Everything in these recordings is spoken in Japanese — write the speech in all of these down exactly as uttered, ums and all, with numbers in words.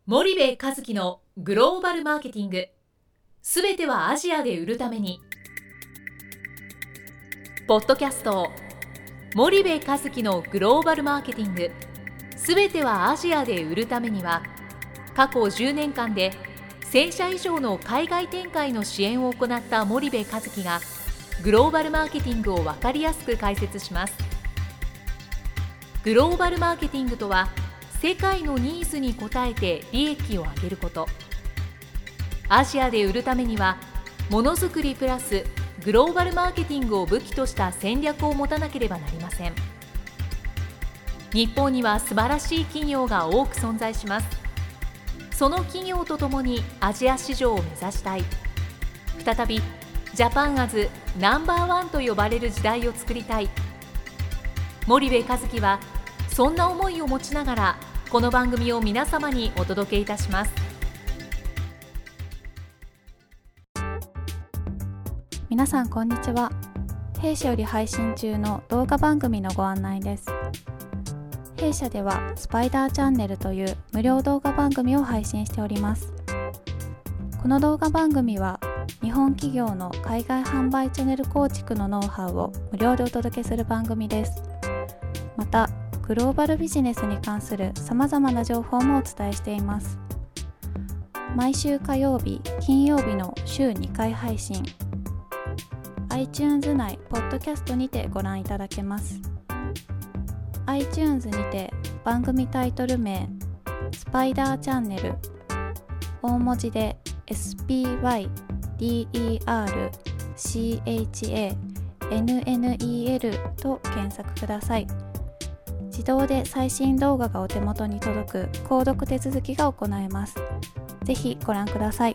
森部一樹のグローバルマーケティング、すべてはアジアで売るために。ポッドキャスト森部一樹のグローバルマーケティング、すべてはアジアで売るためには、過去じゅうねんかんでせんしゃ以上の海外展開の支援を行った森部一樹がグローバルマーケティングを分かりやすく解説します。グローバルマーケティングとは、世界のニーズに応えて利益を上げること。アジアで売るためには、ものづくりプラスグローバルマーケティングを武器とした戦略を持たなければなりません。日本には素晴らしい企業が多く存在します。その企業とともにアジア市場を目指したい。再びジャパンアズナンバーワンと呼ばれる時代を作りたい。森部一樹はそんな思いを持ちながら、この番組を皆様にお届けいたします。 皆さんこんにちは。弊社より配信中の動画番組のご案内です。弊社ではスパイダーチャンネルという無料動画番組を配信しております。この動画番組は日本企業の海外販売チャンネル構築のノウハウを無料でお届けする番組です。またグローバルビジネスに関するさまざまな情報もお伝えしています。毎週火曜日、金曜日の週にかい配信、iTunes 内ポッドキャストにてご覧いただけます。 iTunes にて番組タイトル名スパイダーチャンネル、大文字で エスピーワイディーイーアールシーエイチエーエヌエヌイーエル と検索ください。自動で最新動画がお手元に届く購読手続きが行えます。ぜひご覧ください。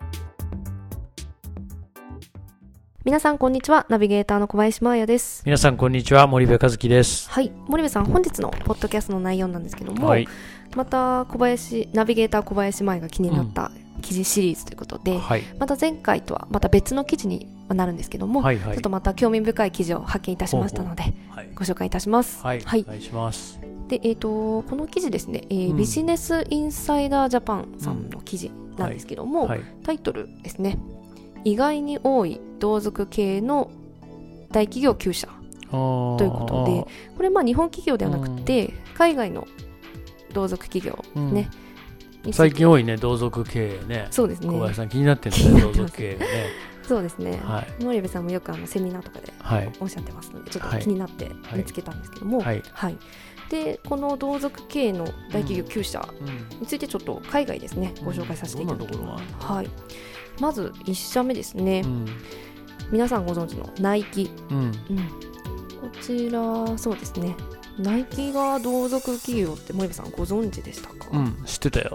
皆さんこんにちは。ナビゲーターの小林真彩です。 皆さんこんにちは。森部一樹です。 はい、森部さん、本日のポッドキャストの内容なんですけども、はい、また小林ナビゲーター小林真彩が気になった記事シリーズということで、うんはい、また前回とはまた別の記事になるんですけども、はいはい、ちょっとまた興味深い記事を発見いたしましたので、ほうほう、はい、ご紹介いたします。 はい、はい、お願いします。 で、えーと、この記事ですね、えーうん、ビジネスインサイダージャパンさんの記事なんですけども、うんはいはい、タイトルですね、意外に多い同族経営の大企業きゅうしゃということで、これまあ日本企業ではなくて、うん、海外の同族企業ね、 うん、最近多いね、同族経営ね。 そうですね、 小林さん気になってるんだね、同族経営ね。 そうですね、 はい、 森部さんもよくあのセミナーとかでおっしゃってますので、ちょっと気になって見つけたんですけども、はいはい、でこの同族経営の大企業きゅうしゃについてちょっと海外ですね、ご紹介させていただきます。はい、まずいっ社目ですね、うん、皆さんご存知のナイキ、うんうん、こちらそうですね、ナイキが同族企業って森部さんご存知でしたか？ うん、知ってたよ。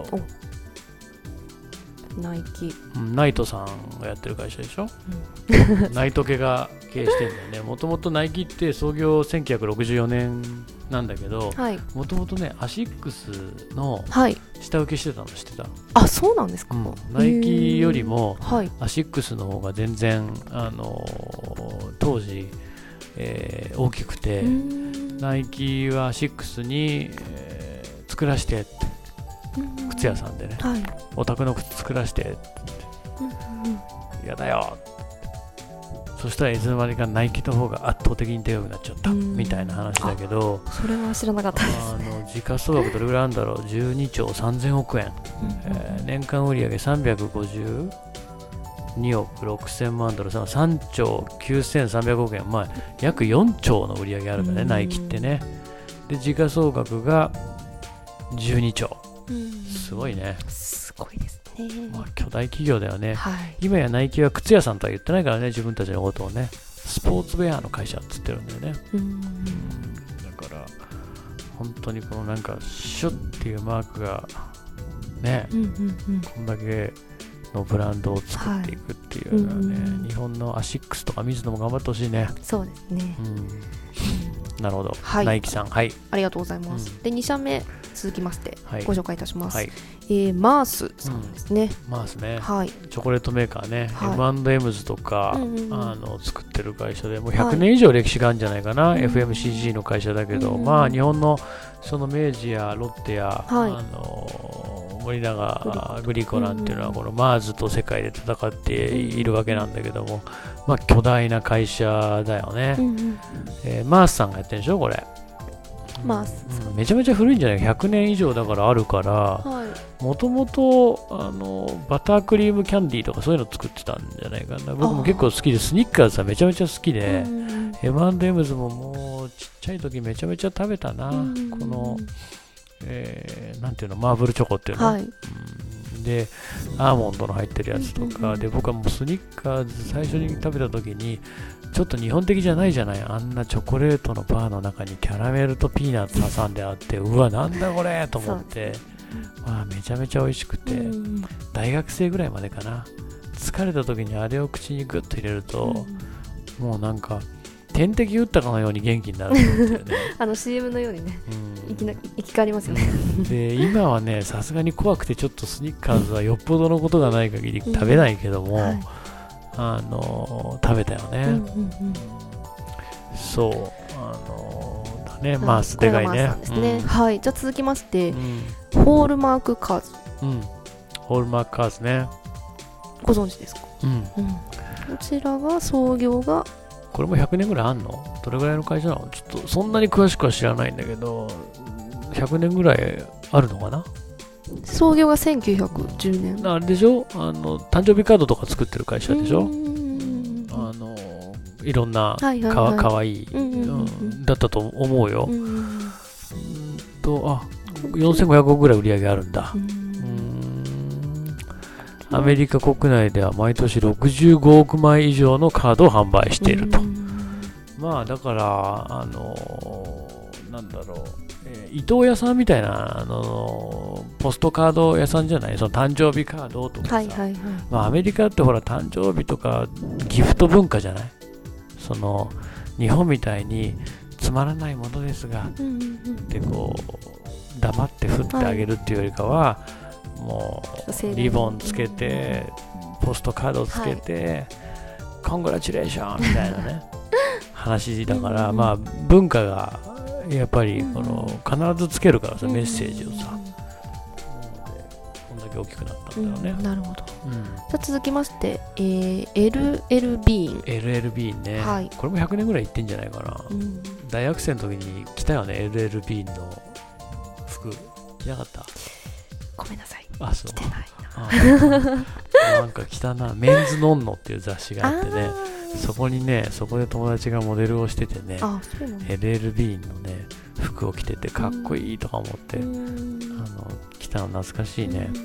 ナイキ、 うん、ナイトさんがやってる会社でしょ、うん、ナイト家が経営してるんだよね。もともとナイキって創業せんきゅうひゃくろくじゅうよねんなんだけど、もともとねアシックスの下請けしてたの知ってた？はい、 あ、そうなんですか。うん、 ナイキよりもアシックスの方が全然、あのー、当時、えー、大きくて、ナイキはアシックスに、えー、作らせてって靴屋さんでね、はい、お宅の靴作らせてって嫌だよ。そしたらいつの間にかナイキの方が圧倒的にでかくなっちゃったみたいな話だけど、 それは知らなかったですね。 あの時価総額どれぐらいあるんだろう。じゅうにちょうさんぜんおくえん、うんうんえー、年間売上さんびゃくごじゅうにおくろくせんまんドル、さんちょうきゅうせんさんびゃくおくえん、まあ、約よんちょうの売上あるからね、ナイキってね。で時価総額がじゅうにちょう、すごいね。 すごいですね。 まあ、巨大企業だよね、 はい、 今やナイキは靴屋さんとは言ってないからね、自分たちのことをね、スポーツウェアの会社って言ってるんだよね。うんうんだから本当にこのなんかシュッっていうマークがね、うんうんうん、こんだけのブランドを作っていくっていうのはね、はいうんうん、日本のアシックスとかミズノも頑張ってほしいね。 そうですね、うん、 なるほど、 はい、 ナイキさん、はい、 ありがとうございます、うん、でに社目続きましてご紹介いたします、 はいえー、マースさんですね、 うん、マースね、 はい、 チョコレートメーカーね、はい、エムアンドエムズ とか、うんうん、あの作ってる会社でもうひゃくねん以上歴史があるんじゃないかな、はい、エフエムシージー の会社だけど、うんうん、まあ日本のその明治やロッテや、はい、あの森永グリコなんていうのはこのマーズと世界で戦っているわけなんだけども、まあ巨大な会社だよね、うんうんえー、マースさんがやってるんでしょこれ。 マース、 うん、めちゃめちゃ古いんじゃない？ひゃくねん以上だからあるからもともとバタークリームキャンディーとかそういうの作ってたんじゃないかな。僕も結構好きでスニッカーズはめちゃめちゃ好きで、うん、エムアンドエムズ ももうちっちゃい時めちゃめちゃ食べたな、うん、この、えー、なんていうのマーブルチョコっていうの、はいうん、でアーモンドの入ってるやつとか、うん、で僕はもうスニッカーズ最初に食べた時にちょっと日本的じゃないじゃない。あんなチョコレートのバーの中にキャラメルとピーナッツ挟んであってうわなんだこれと思って、まあ、めちゃめちゃ美味しくて、うん、大学生ぐらいまでかな。疲れた時にあれを口にグッと入れると、うん、もうなんか点滴打ったかのように元気になるんだよねあの シーエム のようにね、うん、生きな生き返りますよねで今はねさすがに怖くてちょっとスニッカーズはよっぽどのことがない限り食べないけども、うんはいあの食べたよね、うんうんうん、そうあのー、だね、はい、マースでかいね、 ですね、うん、はいじゃあ続きまして、うん、ホールマークカーズ、 うん、ホールマークカーズねご存知ですか、うんうん、こちらが創業がこれもひゃくねんぐらいあんの？どれぐらいの会社なの？ちょっとそんなに詳しくは知らないんだけどひゃくねんぐらいあるのかな。 創業がせんきゅうひゃくじゅうねん。 あれでしょあの誕生日カードとか作ってる会社でしょ。あのいろんなか、はいはいはい、かわいい、うんうんうん、だったと思うよ。うんうんとあよんせんごひゃくおくぐらい売り上げあるんだ。うんうんアメリカ国内では毎年ろくじゅうごおくまい以上のカードを販売していると。まあだからあのなんだろう伊藤屋さんみたいなあのポストカード屋さんじゃないその誕生日カードとかさ、はいはいはいまあ、アメリカってほら誕生日とかギフト文化じゃないその日本みたいにつまらないものですが、うんうんうん、でこう黙って振ってあげるっていうよりかは、はい、もうリボンつけて、うん、ポストカードつけて、はい、コングラチュレーションみたいなね話だから、うんうん、まあ文化がやっぱりこの必ずつけるからさ、うん、メッセージをさ、うん、こんだけ大きくなったんだよね、 うん、なるほど、うん、じゃあ続きまして、えー、エルエル ビーンエルエル ビーン ね、はい、これもひゃくねんぐらい行ってんじゃないかな、うん、大学生の時に着たよね エルエル ビーン の服着なかった？ ごめんなさいあそう着てないななんか着たなメンズノンノっていう雑誌があってねそこにねそこで友達がモデルをしててねあそうなん エルエル ビーン のね服を着ててかっこいいとか思ってあの着たの懐かしいね、うん、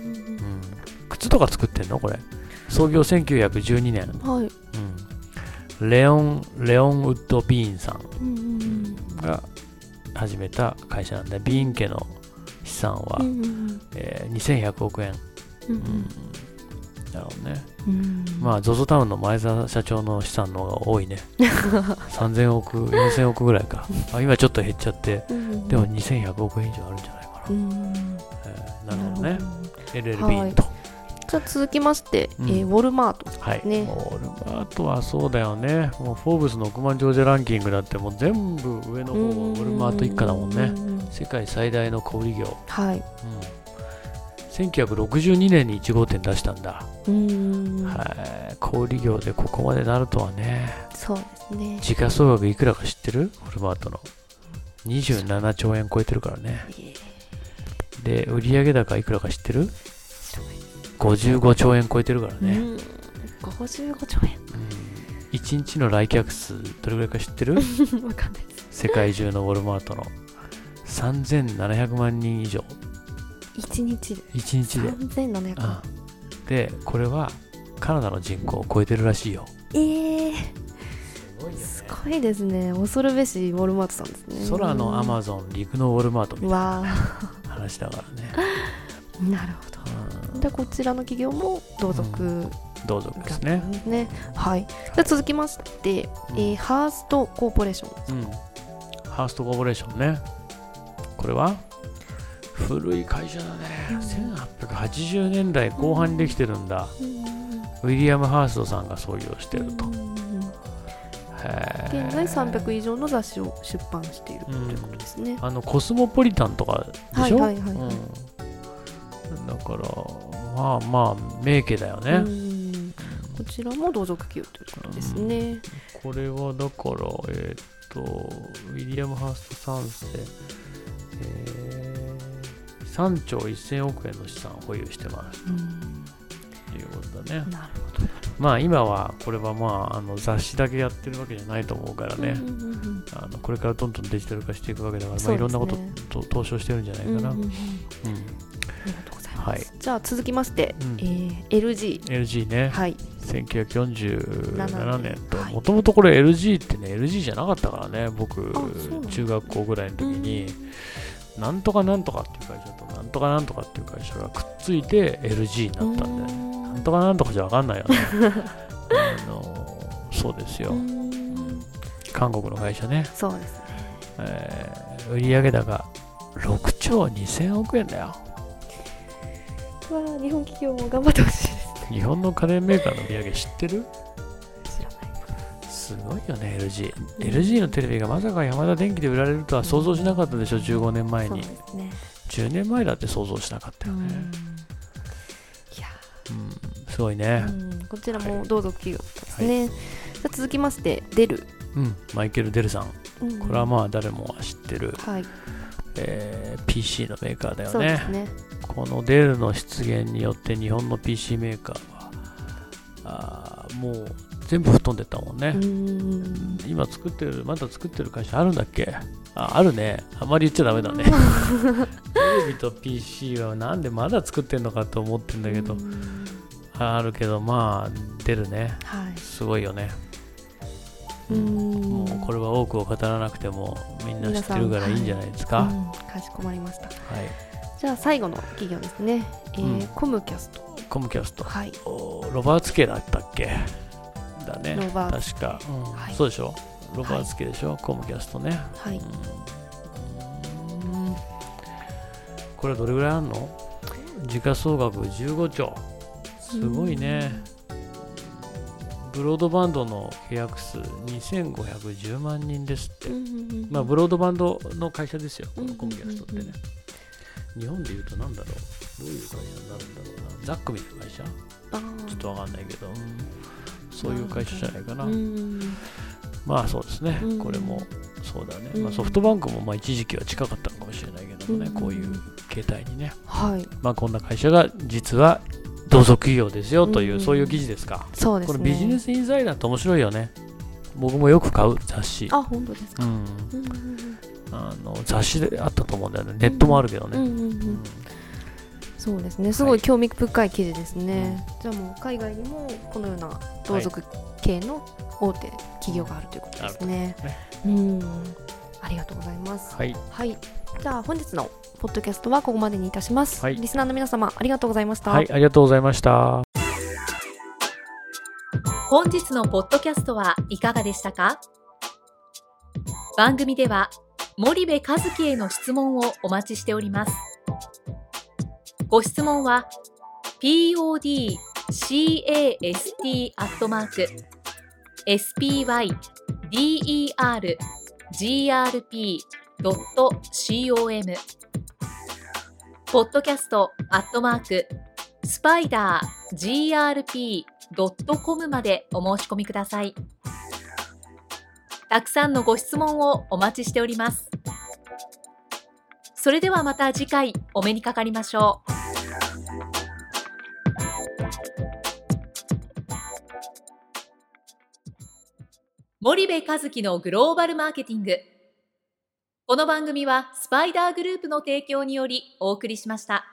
靴とか作ってんのこれ創業せんきゅうひゃくじゅうにねん、はいうん、レオンレオンウッド・ビーンさんが始めた会社なんでビーン家の資産は、うんうんえー、にせんひゃくおくえん、うんうんなるほどね、うん、まあ ゾゾ タウンの前澤社長の資産の方が多いねさんぜんおくよんせんおくぐらいかあ今ちょっと減っちゃって、うん、でもにせんひゃくおくえん以上あるんじゃないかな、うんえー、なるほどね エルエルビー と、はい、 じゃあ続きまして、うんえー、ウォルマート、 はいね、ウォルマートはそうだよねもうフォーブスの億万長者ランキングだってもう全部上の方はウォルマート一家だもんね世界最大の小売業はい、うんせんきゅうひゃくろくじゅうにねんにいち号店出したんだうーんはい小売業でここまでなるとはねそうですね時価総額いくらか知ってるウォルマートのにじゅうななちょうえん超えてるからねで売上高いくらか知ってるごじゅうごちょうえん超えてるからねうんごじゅうごちょうえん、うん、 いちにちの来客数どれぐらいか知ってるわかんないです世界中のウォルマートのさんぜんななひゃくまんにん以上いちにちでいちにちでさんぜんななひゃくまん、 うん、でこれはカナダの人口を超えてるらしいよえー、すごいよねすごいですね恐るべしウォルマートさんですね空のアマゾン陸のウォルマートみたいな話だからねなるほど、うん、でこちらの企業も同族、うん、 同族ですねねはいで続きまして、うんえー、ハーストコーポレーション、うん、 ハーストコーポレーションねこれは古い会社だね、うん、せんはっぴゃくはちじゅうねんだいこう半にできてるんだ、うん、ウィリアム・ハーストさんが創業してると、うん、 へ現在さんびゃく以上の雑誌を出版しているということですね、 うん、あのコスモポリタンとかでしょ、はいはいはいはいだからまあまあ名家だよね。 こちらも同族企業ということですね。 これはだからえー、っとウィリアム・ハーストさん世、えー、さんちょうせんおくえんの資産を保有してますということだね。 なるほど。 まあ今はこれはまああの雑誌だけやってるわけじゃないと思うからね、あのこれからどんどんデジタル化していくわけだから、ね、まあ、いろんなことと投資をしてるんじゃないかな。うんうんうん、うん、ありがとうございます。はい、じゃあ続きまして、うん、えー、エルジー。 エルジー ね。 はい。 せんきゅうひゃくよんじゅうななねんと、もともとこれ エルジー ってね、エルジー じゃなかったからね、僕、中学校ぐらいの時に、うん、なんとかなんとかっていう会社と、なんとかなんとかっていう会社がくっついて エルジー になったんだよね。なんとかなんとかじゃわかんないよね。あのそうですよ。韓国の会社ね。 そうですね。 えー、売上高ろくちょうにせんおくえんだよ。 わあ、日本企業も頑張ってほしいですね。 日本の家電メーカーの売上知ってる？ 知らない。 すごいよね、エルジー。うん、エルジー のテレビがまさかヤマダ電機で売られるとは想像しなかったでしょ、じゅうごねんまえに。 そうですね。じゅうねんまえだって想像しなかったよね。 いや、 うん、すごいね。 うん、こちらも同族企業ですね。はい、続きまして、デル。 うん、マイケル・デルさん。うん、これはまあ誰もが知ってる、はい、えー、ピーシー のメーカーだよね。 そうですね。 このデルの出現によって日本の ピーシー メーカーはあーもう全部吹っ飛んでったもんね。うん、今作ってるまだ作ってる会社あるんだっけ？あ、あるね。あまり言っちゃダメだね。テレビと ピーシー はなんでまだ作ってんのかと思ってんだけど、あるけどまあ出るね、はい、すごいよね。うん、もうこれは多くを語らなくてもみんな知ってるからいいんじゃないですか。はい、うん、 かしこまりました。 はい。 じゃあ最後の企業ですね。えーうん、コムキャスト。 コムキャスト。 はい。 ロバーツ家だったっけ？だね。 ロバーツ。 確か、うんはい。そうでしょ。ロバーツ家でしょ、はい、コムキャストね。 はい。 うん、これはどれぐらいあるの？時価総額じゅうごちょう。すごいね。ブロードバンドの契約数にせんごひゃくじゅうまんにんですって。まあブロードバンドの会社ですよ、このコムキャストってね。日本でいうとなんだろう、どういう会社になるんだろうな。ザックみたいな会社？ちょっとわかんないけど、うん、そういう会社じゃないかな。まあそうですね、これもそうだね。まあ、ソフトバンクもまあ一時期は近かったのかもしれないけどもね、こういう形態にね。 はい。 まあこんな会社が実は同族企業ですよという、うん、そういう記事ですか。 そうですね。 これビジネスインサイダーって面白いよね。僕もよく買う雑誌。 あ、本当ですか。 うん、あの雑誌であったと思うんだよね。ネットもあるけどね。 そうですね。すごい興味深い記事ですね。はい、じゃあもう海外にもこのような同族系の大手企業があるということですね。はい、ね、うん。ありがとうございます。 はい。 はい。じゃあ本日のポッドキャストはここまでにいたします。はい、リスナーの皆様ありがとうございました。 はい、ありがとうございました。 本日のポッドキャストはいかがでしたか？番組では森部一樹への質問をお待ちしております。ご質問は ピーオーディーキャスト アットマーク エスピーワイディーイーアールジーアールピードットコム ポッドキャストアットマークスパイダー ジーアールピードットコム までお申し込みください。たくさんのご質問をお待ちしております。それではまた次回お目にかかりましょう。森部一樹のグローバルマーケティング。この番組はスパイダーグループの提供によりお送りしました。